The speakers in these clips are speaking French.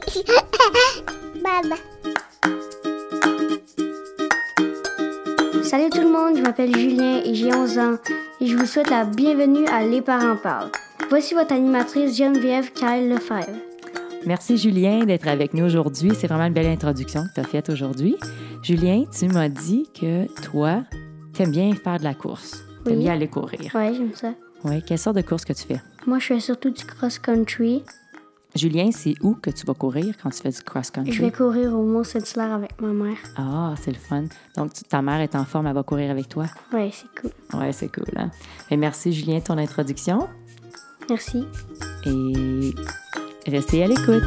Baba. Salut tout le monde, je m'appelle Julien et j'ai 11 ans et je vous souhaite la bienvenue à Les Parents Parlent. Voici votre animatrice Geneviève Kyle-Lefebvre. Merci Julien d'être avec nous aujourd'hui. C'est vraiment une belle introduction que tu as faite aujourd'hui. Julien, tu m'as dit que toi, tu aimes bien faire de la course. Tu aimes bien aller courir. Oui, j'aime ça. Oui, quelle sorte de course que tu fais? Moi, je fais surtout du cross-country. Julien, c'est où que tu vas courir quand tu fais du cross-country? Je vais courir au Mont-Saint-Hilaire avec ma mère. Ah, c'est le fun. Donc, ta mère est en forme, elle va courir avec toi? Oui, c'est cool. Oui, c'est cool. Hein? Et merci Julien de ton introduction. Merci. Et restez à l'écoute.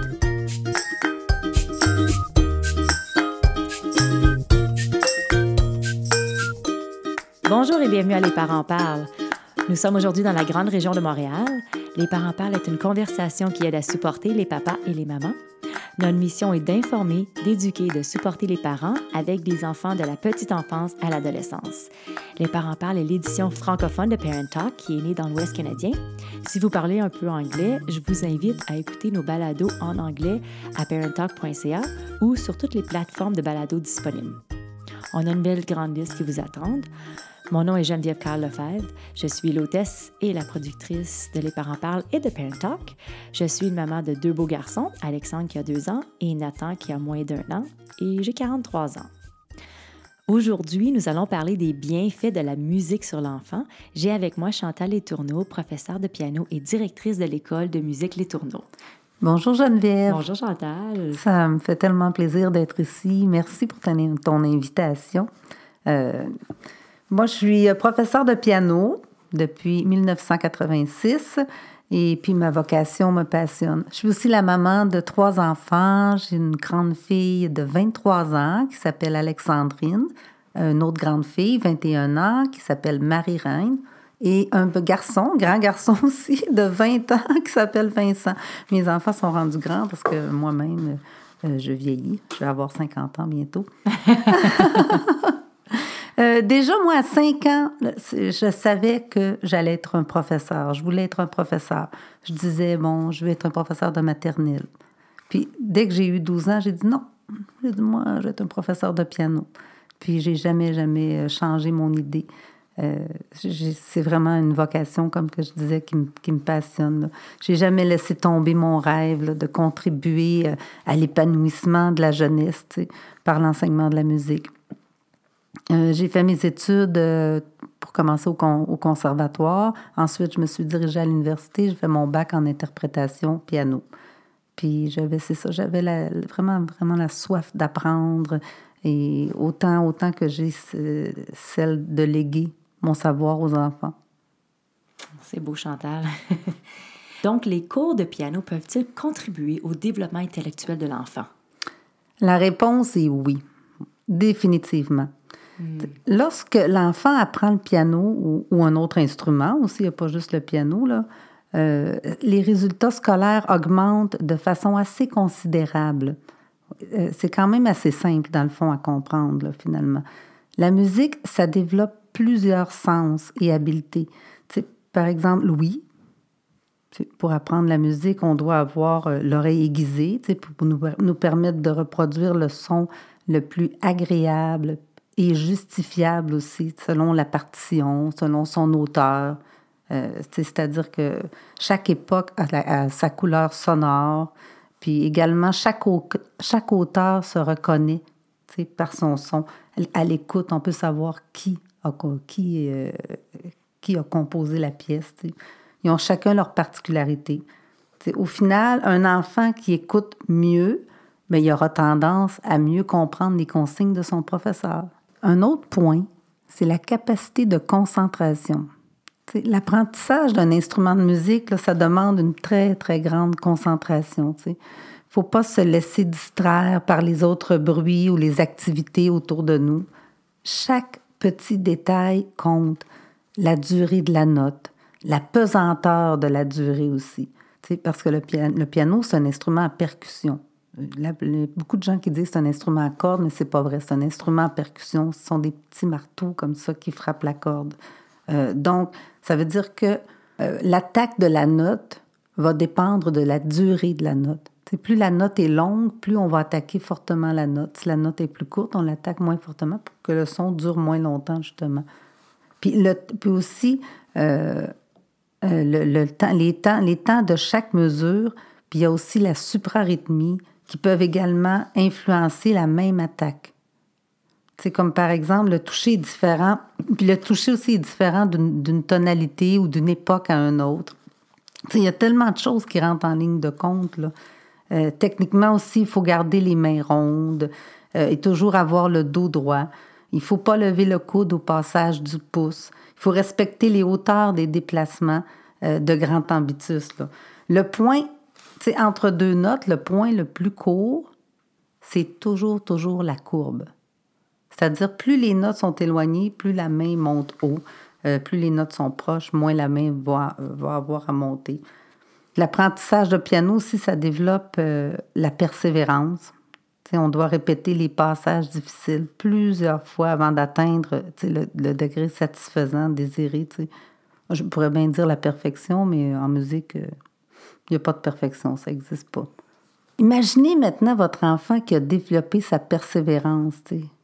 Bonjour et bienvenue à Les Parents Parlent. Nous sommes aujourd'hui dans la grande région de Montréal. Les Parents Parlent est une conversation qui aide à supporter les papas et les mamans. Notre mission est d'informer, d'éduquer et de supporter les parents avec des enfants de la petite enfance à l'adolescence. Les Parents Parlent est l'édition francophone de Parent Talk qui est née dans l'Ouest canadien. Si vous parlez un peu anglais, je vous invite à écouter nos balados en anglais à parenttalk.ca ou sur toutes les plateformes de balados disponibles. On a une belle grande liste qui vous attend. Mon nom est Geneviève Kyle-Lefebvre. Je suis l'hôtesse et la productrice de Les Parents Parlent et de Parent Talk. Je suis une maman de 2 beaux garçons, Alexandre qui a 2 ans et Nathan qui a moins d'1 an, et j'ai 43 ans. Aujourd'hui, nous allons parler des bienfaits de la musique sur l'enfant. J'ai avec moi Chantal Letourneau, professeure de piano et directrice de l'école de musique Letourneau. Bonjour Geneviève. Bonjour Chantal. Ça me fait tellement plaisir d'être ici. Merci pour ton invitation. Moi, je suis professeure de piano depuis 1986 et puis ma vocation me passionne. Je suis aussi la maman de 3 enfants. J'ai une grande fille de 23 ans qui s'appelle Alexandrine, une autre grande fille, 21 ans, qui s'appelle Marie-Reine, et un grand garçon aussi, de 20 ans, qui s'appelle Vincent. Mes enfants sont rendus grands parce que moi-même, je vieillis. Je vais avoir 50 ans bientôt. Déjà, moi, à 5 ans, je savais que j'allais être un professeur. Je voulais être un professeur. Je disais, bon, je vais être un professeur de maternelle. Puis, dès que j'ai eu 12 ans, j'ai dit non. J'ai dit, moi, je vais être un professeur de piano. Puis, j'ai jamais changé mon idée. C'est vraiment une vocation, comme que je disais, qui me passionne. Là. J'ai jamais laissé tomber mon rêve là, de contribuer à l'épanouissement de la jeunesse, tu sais, par l'enseignement de la musique. J'ai fait mes études pour commencer au conservatoire. Ensuite, je me suis dirigée à l'université. J'ai fait mon bac en interprétation piano. Puis j'avais vraiment la soif d'apprendre et autant que j'ai celle de léguer mon savoir aux enfants. C'est beau, Chantal. Donc, les cours de piano peuvent-ils contribuer au développement intellectuel de l'enfant? La réponse est oui, définitivement. Lorsque l'enfant apprend le piano ou un autre instrument, aussi, il n'y a pas juste le piano, là, les résultats scolaires augmentent de façon assez considérable. C'est quand même assez simple, dans le fond, à comprendre, là, finalement. La musique, ça développe plusieurs sens et habiletés. Par exemple, l'ouïe. Pour apprendre la musique, on doit avoir l'oreille aiguisée pour nous permettre de reproduire le son le plus agréable et justifiable aussi, selon la partition, selon son auteur. C'est-à-dire que chaque époque a sa couleur sonore, puis également chaque auteur se reconnaît par son son. À l'écoute, on peut savoir qui a composé la pièce. T'sais. Ils ont chacun leur particularité. Au final, un enfant qui écoute mieux, mais il aura tendance à mieux comprendre les consignes de son professeur. Un autre point, c'est la capacité de concentration. L'apprentissage d'un instrument de musique, là, ça demande une très, très grande concentration. Il ne faut pas se laisser distraire par les autres bruits ou les activités autour de nous. Chaque petit détail compte. La durée de la note, la pesanteur de la durée aussi. Parce que le piano, c'est un instrument à percussion. Beaucoup de gens qui disent que c'est un instrument à cordes, mais c'est pas vrai. C'est un instrument à percussion. Ce sont des petits marteaux comme ça qui frappent la corde. Donc, ça veut dire que l'attaque de la note va dépendre de la durée de la note. Plus la note est longue, plus on va attaquer fortement la note. Si la note est plus courte, on l'attaque moins fortement pour que le son dure moins longtemps, justement. Puis aussi, les temps de chaque mesure, puis il y a aussi la suprarythmie qui peuvent également influencer la même attaque. C'est comme par exemple, le toucher est différent, puis le toucher aussi est différent d'une tonalité ou d'une époque à une autre. Il y a tellement de choses qui rentrent en ligne de compte, là. Techniquement aussi, il faut garder les mains rondes et toujours avoir le dos droit. Il ne faut pas lever le coude au passage du pouce. Il faut respecter les hauteurs des déplacements de grand ambitus, là. Le point, entre deux notes, le point le plus court, c'est toujours la courbe. C'est-à-dire, plus les notes sont éloignées, plus la main monte haut. Plus les notes sont proches, moins la main va avoir à monter. L'apprentissage de piano aussi, ça développe la persévérance. On doit répéter les passages difficiles plusieurs fois avant d'atteindre le degré satisfaisant, désiré. Je pourrais bien dire la perfection, mais en musique, il n'y a pas de perfection, ça n'existe pas. Imaginez maintenant votre enfant qui a développé sa persévérance.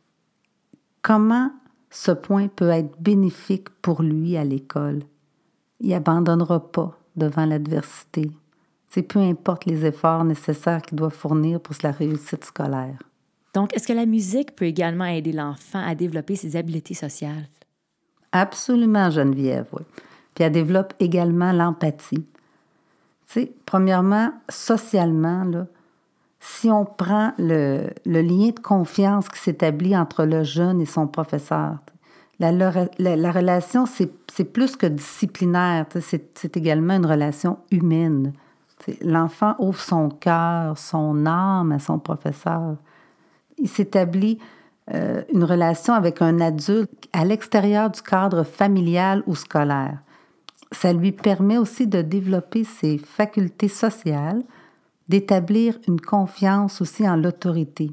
Comment ce point peut être bénéfique pour lui à l'école? Il n'abandonnera pas devant l'adversité. Peu importe les efforts nécessaires qu'il doit fournir pour la réussite scolaire. Donc, est-ce que la musique peut également aider l'enfant à développer ses habiletés sociales? Absolument, Geneviève, oui. Puis elle développe également l'empathie. Premièrement, socialement, là, si on prend le lien de confiance qui s'établit entre le jeune et son professeur, la relation, c'est plus que disciplinaire, c'est également une relation humaine. L'enfant ouvre son cœur, son âme à son professeur. Il s'établit une relation avec un adulte à l'extérieur du cadre familial ou scolaire. Ça lui permet aussi de développer ses facultés sociales, d'établir une confiance aussi en l'autorité.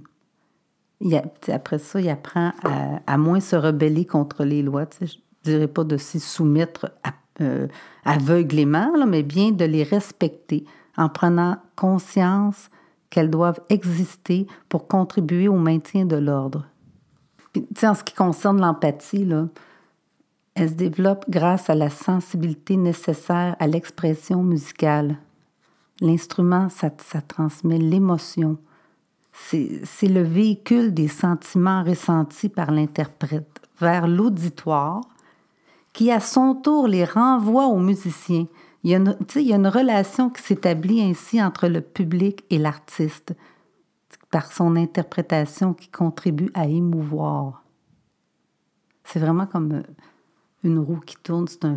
Après ça, il apprend à moins se rebeller contre les lois. Je ne dirais pas de s'y soumettre aveuglément, là, mais bien de les respecter en prenant conscience qu'elles doivent exister pour contribuer au maintien de l'ordre. Puis, en ce qui concerne l'empathie, là, elle se développe grâce à la sensibilité nécessaire à l'expression musicale. L'instrument, ça transmet l'émotion. C'est le véhicule des sentiments ressentis par l'interprète vers l'auditoire qui, à son tour, les renvoie au musicien. Il y a une relation qui s'établit ainsi entre le public et l'artiste par son interprétation qui contribue à émouvoir. C'est vraiment comme une roue qui tourne, c'est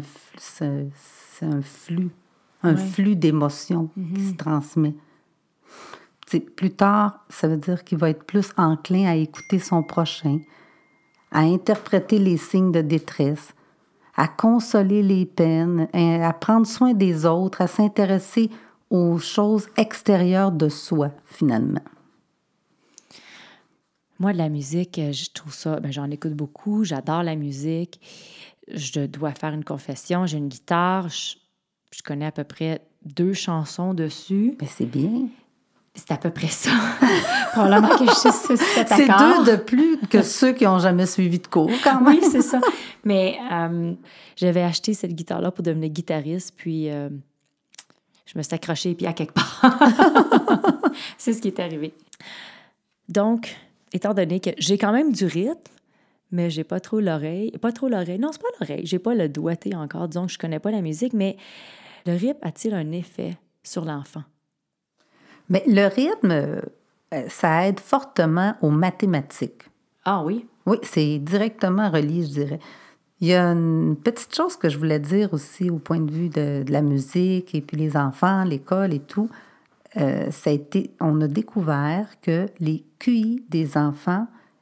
un flux d'émotions qui se transmet. Plus tard, ça veut dire qu'il va être plus enclin à écouter son prochain, à interpréter les signes de détresse, à consoler les peines, à prendre soin des autres, à s'intéresser aux choses extérieures de soi, finalement. Moi, de la musique, je trouve ça... j'en écoute beaucoup, j'adore la musique. Je dois faire une confession, j'ai une guitare, je connais à peu près 2 chansons dessus. Mais c'est bien. C'est à peu près ça. Probablement que je sais cet accord. C'est 2 de plus que ceux qui n'ont jamais suivi de cours, quand même. Oui, c'est ça. Mais j'avais acheté cette guitare-là pour devenir guitariste, puis je me suis accrochée les pieds à quelque part. C'est ce qui est arrivé. Donc, étant donné que j'ai quand même du rythme, mais j'ai pas trop l'oreille. Non, c'est pas l'oreille. J'ai pas le doigté encore. Disons que je connais pas la musique, mais le rythme a-t-il un effet sur l'enfant? Mais le rythme, ça aide fortement aux mathématiques. Ah oui? Oui, c'est directement relié, je dirais. Il y a une petite chose que je voulais dire aussi au point de vue de la musique et puis les enfants, l'école et tout. On a découvert que les QI des enfants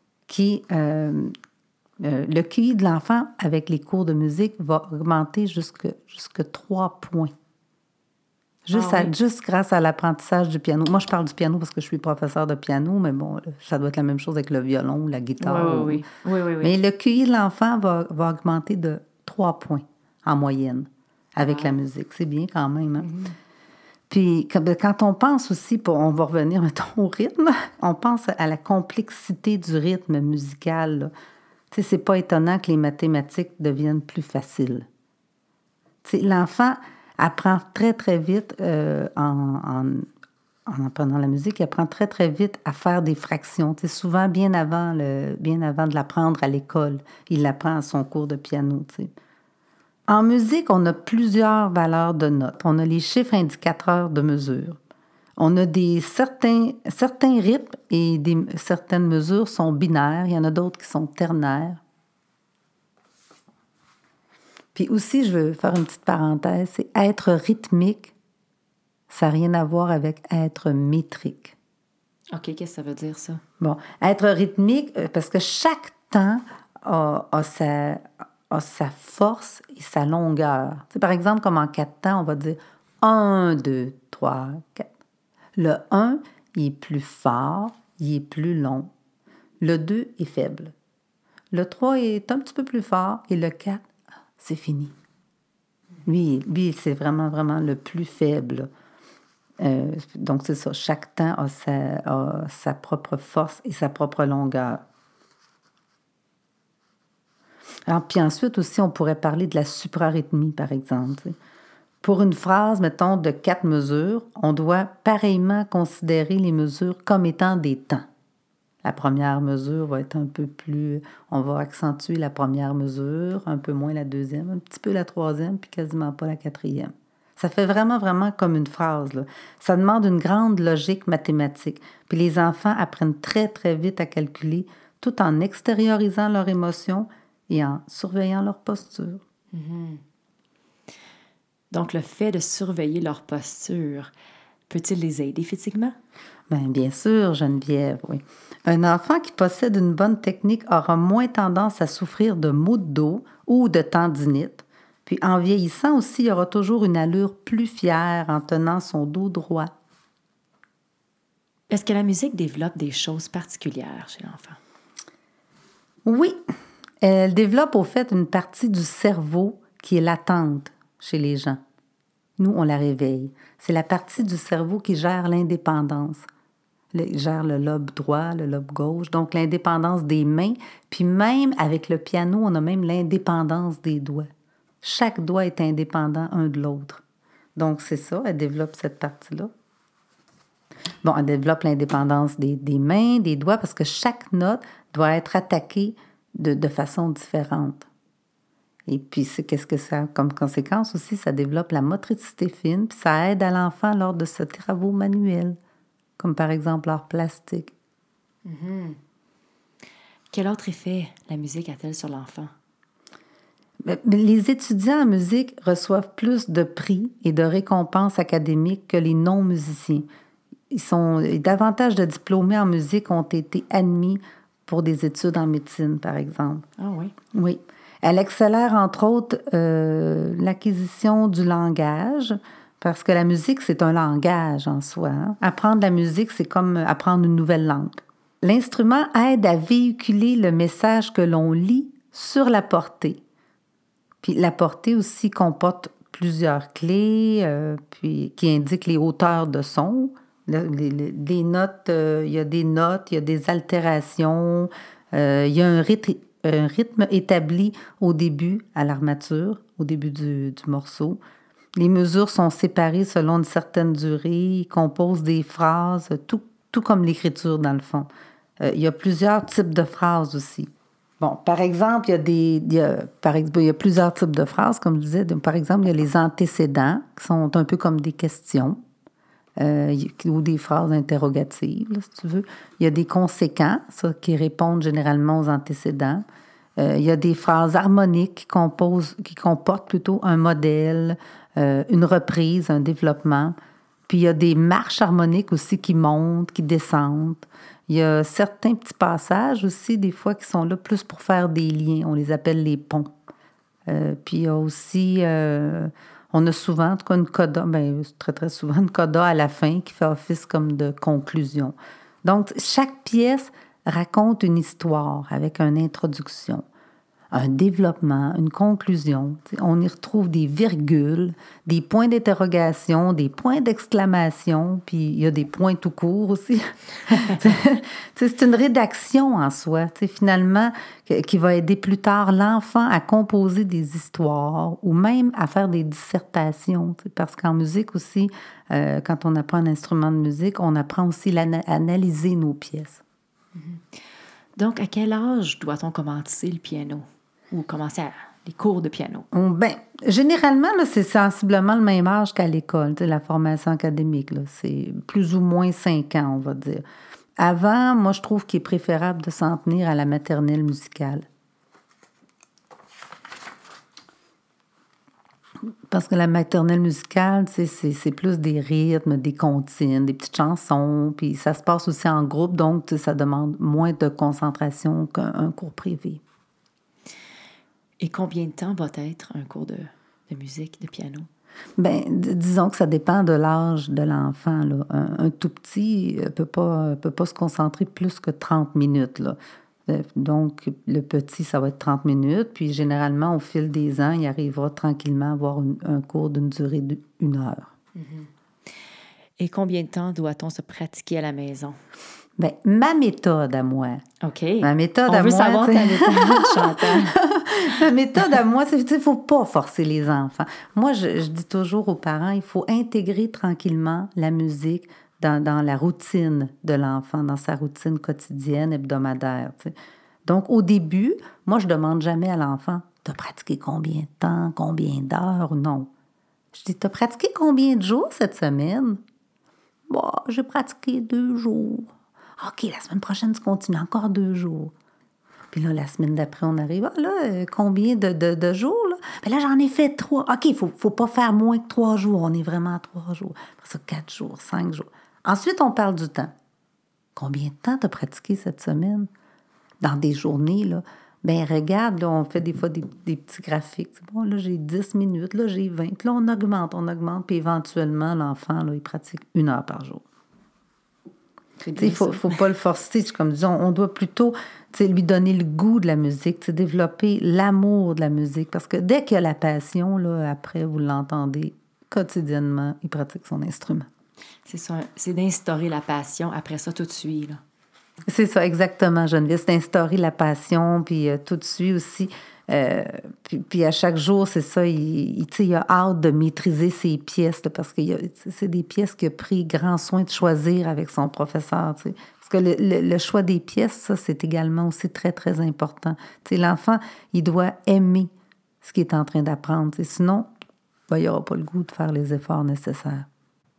le QI de l'enfant avec les cours de musique va augmenter jusque 3 points. Juste grâce à l'apprentissage du piano. Moi, je parle du piano parce que je suis professeure de piano, mais bon, ça doit être la même chose avec le violon ou la guitare. Oui. Mais le QI de l'enfant va augmenter de 3 points en moyenne avec la musique. C'est bien quand même. Hein? Puis quand on pense aussi, on va revenir, mettons, au rythme, on pense à la complexité du rythme musical, là. Tu sais, c'est pas étonnant que les mathématiques deviennent plus faciles. Tu sais, l'enfant apprend très, très vite en apprenant la musique, il apprend très, très vite à faire des fractions. Tu sais, souvent, bien avant de l'apprendre à l'école, il l'apprend à son cours de piano, tu sais. En musique, on a plusieurs valeurs de notes. On a les chiffres indicateurs de mesure. On a certains rythmes et certaines mesures sont binaires. Il y en a d'autres qui sont ternaires. Puis aussi, je veux faire une petite parenthèse, c'est être rythmique, ça n'a rien à voir avec être métrique. OK, qu'est-ce que ça veut dire, ça? Bon, être rythmique, parce que chaque temps a sa force et sa longueur. Tu sais, par exemple, comme en 4 temps, on va dire 1, 2, 3, 4. Le 1, il est plus fort, il est plus long. Le 2 est faible. Le 3 est un petit peu plus fort et le 4, c'est fini. Lui, c'est vraiment, vraiment le plus faible. Donc, c'est ça. Chaque temps a sa propre force et sa propre longueur. Alors, puis ensuite aussi, on pourrait parler de la suprarythmie, par exemple. Tu sais. Pour une phrase, mettons, de 4 mesures, on doit pareillement considérer les mesures comme étant des temps. La première mesure va être un peu plus... On va accentuer la première mesure, un peu moins la deuxième, un petit peu la troisième, puis quasiment pas la quatrième. Ça fait vraiment, vraiment comme une phrase, là. Ça demande une grande logique mathématique. Puis les enfants apprennent très, très vite à calculer, tout en extériorisant leurs émotions et en surveillant leur posture. Mm-hmm. Donc, le fait de surveiller leur posture, peut-il les aider physiquement? Bien sûr, Geneviève, oui. Un enfant qui possède une bonne technique aura moins tendance à souffrir de maux de dos ou de tendinite. Puis en vieillissant aussi, il aura toujours une allure plus fière en tenant son dos droit. Est-ce que la musique développe des choses particulières chez l'enfant? Oui, elle développe au fait une partie du cerveau qui est latente chez les gens. Nous, on la réveille. C'est la partie du cerveau qui gère l'indépendance. Gère le lobe droit, le lobe gauche, donc l'indépendance des mains. Puis même avec le piano, on a même l'indépendance des doigts. Chaque doigt est indépendant un de l'autre. Donc c'est ça, elle développe cette partie-là. Bon, elle développe l'indépendance des mains, des doigts, parce que chaque note doit être attaquée de façon différente. Et puis, qu'est-ce que ça a comme conséquence aussi? Ça développe la motricité fine, puis ça aide à l'enfant lors de ses travaux manuels, comme par exemple l'art plastique. Mm-hmm. Quel autre effet la musique a-t-elle sur l'enfant? Les étudiants en musique reçoivent plus de prix et de récompenses académiques que les non-musiciens. Davantage de diplômés en musique ont été admis pour des études en médecine, par exemple. Ah oui? Oui. Elle accélère, entre autres, l'acquisition du langage, parce que la musique, c'est un langage en soi. Hein? Apprendre la musique, c'est comme apprendre une nouvelle langue. L'instrument aide à véhiculer le message que l'on lit sur la portée. Puis la portée aussi comporte plusieurs clés puis qui indiquent les hauteurs de son. Des notes, il y a des notes, il y a des altérations, il y a un rythme établi au début, à l'armature, au début du morceau. Les mesures sont séparées selon une certaine durée, ils composent des phrases, tout comme l'écriture dans le fond. Il y a plusieurs types de phrases aussi. Bon, par exemple, il y a plusieurs types de phrases, comme je disais. Par exemple, il y a les antécédents, qui sont un peu comme des questions, ou des phrases interrogatives, là, si tu veux. Il y a des conséquents, ça, qui répondent généralement aux antécédents. Il y a des phrases harmoniques qui comportent plutôt un modèle, une reprise, un développement. Puis il y a des marches harmoniques aussi qui montent, qui descendent. Il y a certains petits passages aussi, des fois, qui sont là plus pour faire des liens. On les appelle les ponts. Puis il y a aussi, on a souvent, en tout cas, une coda, très, très souvent, une coda à la fin qui fait office comme de conclusion. Donc, chaque pièce raconte une histoire avec une introduction, un développement, une conclusion. On y retrouve des virgules, des points d'interrogation, des points d'exclamation, puis il y a des points tout court aussi. C'est une rédaction en soi, finalement, qui va aider plus tard l'enfant à composer des histoires ou même à faire des dissertations. Parce qu'en musique aussi, quand on apprend un instrument de musique, on apprend aussi à analyser nos pièces. Donc, à quel âge doit-on commencer le piano ou commencer les cours de piano? Généralement, là, c'est sensiblement le même âge qu'à l'école, la formation académique. Là, c'est plus ou moins 5 ans, on va dire. Avant, moi, je trouve qu'il est préférable de s'en tenir à la maternelle musicale. Parce que la maternelle musicale, c'est plus des rythmes, des comptines, des petites chansons, puis ça se passe aussi en groupe, donc ça demande moins de concentration qu'un cours privé. Et combien de temps va être un cours de musique, de piano? Disons que ça dépend de l'âge de l'enfant, là. Un tout petit ne peut pas se concentrer plus que 30 minutes, là. Donc, le petit, ça va être 30 minutes. Puis, généralement, au fil des ans, il arrivera tranquillement à avoir un cours d'une durée d'1 heure. Mm-hmm. Et combien de temps doit-on se pratiquer à la maison? Ma méthode à moi. OK. Ma méthode On veut savoir ta méthode, Chantal. Ma méthode à moi, c'est qu'il ne faut pas forcer les enfants. Moi, je dis toujours aux parents, il faut intégrer tranquillement la musique dans la routine de l'enfant, dans sa routine quotidienne, hebdomadaire. Donc, au début, moi, je ne demande jamais à l'enfant, t'as pratiqué combien de temps, combien d'heures? Non. Je dis, t'as pratiqué combien de jours cette semaine? J'ai pratiqué 2 jours. OK, la semaine prochaine, tu continues encore 2 jours. Puis là, la semaine d'après, on arrive, combien de jours? Là? Là, j'en ai fait 3. OK, il faut pas faire moins que 3 jours. On est vraiment à 3 jours. Après ça, 4 jours, 5 jours. Ensuite, on parle du temps. Combien de temps tu as pratiqué cette semaine? Dans des journées, là. Regarde, là, on fait des fois des petits graphiques. Là, j'ai 10 minutes, là, j'ai 20. Puis là, on augmente. Puis éventuellement, l'enfant, là, il pratique 1 heure par jour. Il ne faut pas le forcer. Comme disons, on doit plutôt lui donner le goût de la musique, développer l'amour de la musique. Parce que dès qu'il y a la passion, là, après, vous l'entendez quotidiennement, il pratique son instrument. C'est ça, c'est d'instaurer la passion. Après ça, tout de suite, là. C'est ça, exactement, Geneviève. C'est d'instaurer la passion, puis tout de suite aussi. Puis à chaque jour, c'est ça, il a hâte de maîtriser ses pièces, là, parce que c'est des pièces qu'il a pris grand soin de choisir avec son professeur. Parce que le choix des pièces, ça, c'est également aussi très, très important. L'enfant, il doit aimer ce qu'il est en train d'apprendre. Sinon, il n'aura pas le goût de faire les efforts nécessaires.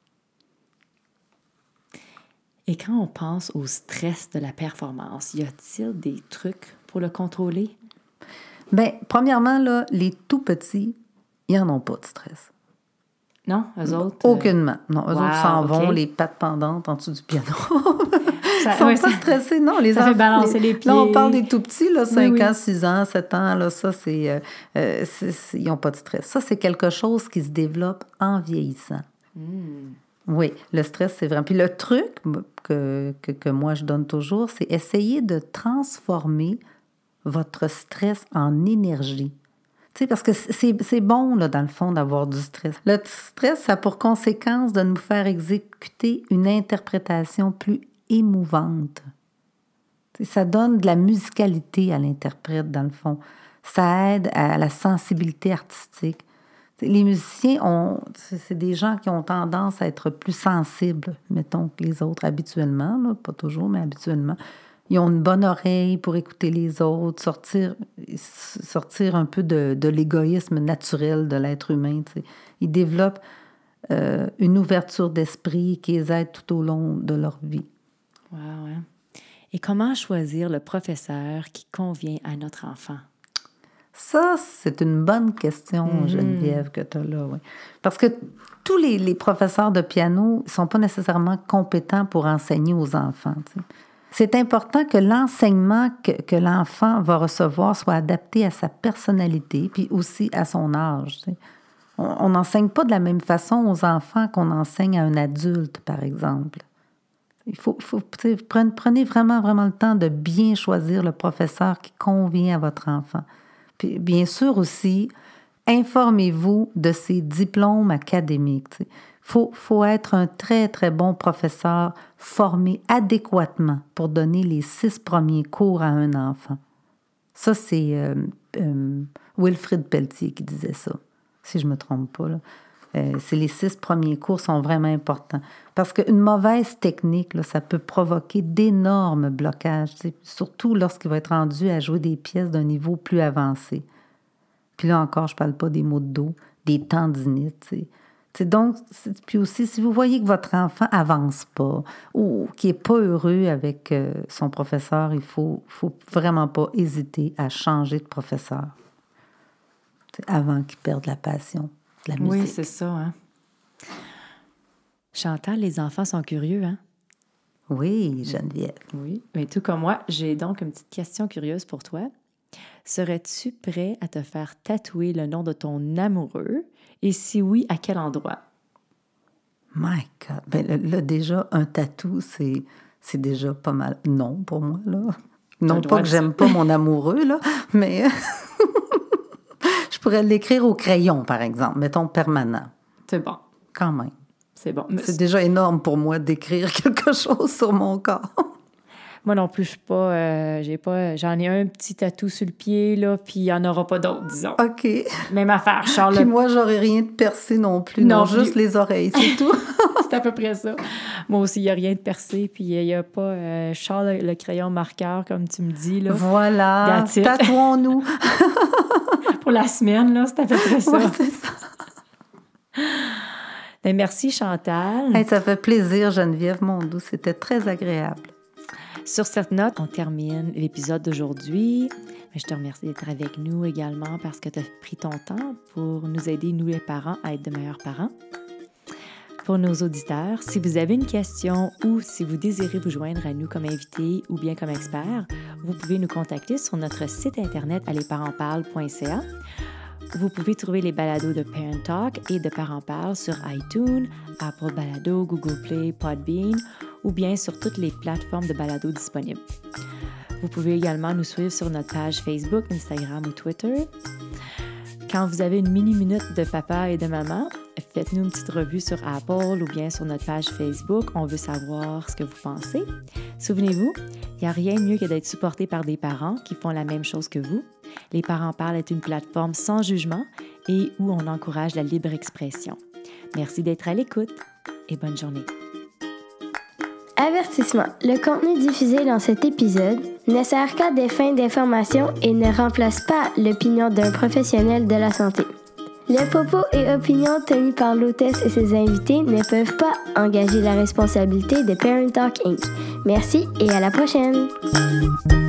Et quand on pense au stress de la performance, y a-t-il des trucs pour le contrôler? Premièrement, là, les tout petits, ils n'en ont pas de stress. Non, eux autres? Aucunement. Non, eux autres s'en vont, les pattes pendantes en dessous du piano. Ils ne sont pas stressés, non. Les ça enfants, fait balancer les pieds. Là, on parle des tout petits, là, 5 ans, 6 ans, 7 ans, là, ça, ils n'ont pas de stress. Ça, c'est quelque chose qui se développe en vieillissant. Oui, le stress, c'est vrai. Puis le truc que moi, je donne toujours, c'est essayer de transformer votre stress en énergie. Parce que c'est bon, là, dans le fond, d'avoir du stress. Le stress, ça a pour conséquence de nous faire exécuter une interprétation plus émouvante. Ça donne de la musicalité à l'interprète, dans le fond. Ça aide à la sensibilité artistique. Les musiciens, c'est des gens qui ont tendance à être plus sensibles, mettons, que les autres habituellement, là, pas toujours, mais habituellement. Ils ont une bonne oreille pour écouter les autres, sortir un peu de l'égoïsme naturel de l'être humain. Ils développent une ouverture d'esprit qui les aide tout au long de leur vie. Wow, hein? Et comment choisir le professeur qui convient à notre enfant? Ça, c'est une bonne question, Geneviève, que tu as là. Oui. Parce que tous les professeurs de piano ne sont pas nécessairement compétents pour enseigner aux enfants. C'est important que l'enseignement que l'enfant va recevoir soit adapté à sa personnalité puis aussi à son âge. On n'enseigne pas de la même façon aux enfants qu'on enseigne à un adulte, par exemple. Prenez vraiment, vraiment le temps de bien choisir le professeur qui convient à votre enfant. Puis bien sûr aussi, informez-vous de ces diplômes académiques. Il faut être un très, très bon professeur formé adéquatement pour donner les 6 premiers cours à un enfant. Ça, c'est Wilfrid Pelletier qui disait ça, si je ne me trompe pas, là. C'est les 6 premiers cours sont vraiment importants. Parce qu'une mauvaise technique, là, ça peut provoquer d'énormes blocages, surtout lorsqu'il va être rendu à jouer des pièces d'un niveau plus avancé. Puis là encore, je ne parle pas des maux de dos, des tendinites. Donc, puis aussi, si vous voyez que votre enfant avance pas ou qu'il n'est pas heureux avec son professeur, il faut vraiment pas hésiter à changer de professeur avant qu'il perde la passion. La musique. Oui, c'est ça. Hein? Chantal, les enfants sont curieux, hein? Oui, Geneviève. Oui, mais tout comme moi, j'ai donc une petite question curieuse pour toi. Serais-tu prêt à te faire tatouer le nom de ton amoureux? Et si oui, à quel endroit? My God! Ben, là, déjà, un tatou, c'est déjà pas mal. Non, pour moi, là. Non pas que j'aime pas mon amoureux, là, mais... Je pourrais l'écrire au crayon, par exemple, mettons permanent. C'est bon. Quand même. C'est bon. C'est déjà énorme pour moi d'écrire quelque chose sur mon corps. Moi non plus, je suis pas... j'en ai un petit tatou sur le pied, là, puis il n'y en aura pas d'autres, disons. OK. Même affaire, Charles. Puis moi, j'aurais rien de percé non plus. Non, juste les oreilles, c'est tout. C'est à peu près ça. Moi aussi, il n'y a rien de percé, puis il n'y a pas... Charles, le crayon marqueur, comme tu me dis, là. Voilà. Tatouons-nous. Pour la semaine, là, c'est à peu près ça. Oui, c'est ça. Bien, merci, Chantal. Hey, ça fait plaisir, Geneviève, mon doux. C'était très agréable. Sur cette note, on termine l'épisode d'aujourd'hui. Je te remercie d'être avec nous également parce que tu as pris ton temps pour nous aider, nous les parents, à être de meilleurs parents. Pour nos auditeurs, si vous avez une question ou si vous désirez vous joindre à nous comme invité ou bien comme expert, vous pouvez nous contacter sur notre site internet lesparentsparlent.ca. Vous pouvez trouver les balados de Parent Talk et de Parents Parlent sur iTunes, Apple Balado, Google Play, Podbean ou bien sur toutes les plateformes de balado disponibles. Vous pouvez également nous suivre sur notre page Facebook, Instagram ou Twitter. Quand vous avez une mini-minute de papa et de maman, faites-nous une petite revue sur Apple ou bien sur notre page Facebook. On veut savoir ce que vous pensez. Souvenez-vous, il n'y a rien de mieux que d'être supporté par des parents qui font la même chose que vous. Les Parents Parlent est une plateforme sans jugement et où on encourage la libre expression. Merci d'être à l'écoute et bonne journée. Avertissement. Le contenu diffusé dans cet épisode ne sert qu'à des fins d'information et ne remplace pas l'opinion d'un professionnel de la santé. Les propos et opinions tenus par l'hôtesse et ses invités ne peuvent pas engager la responsabilité de Parent Talk Inc. Merci et à la prochaine!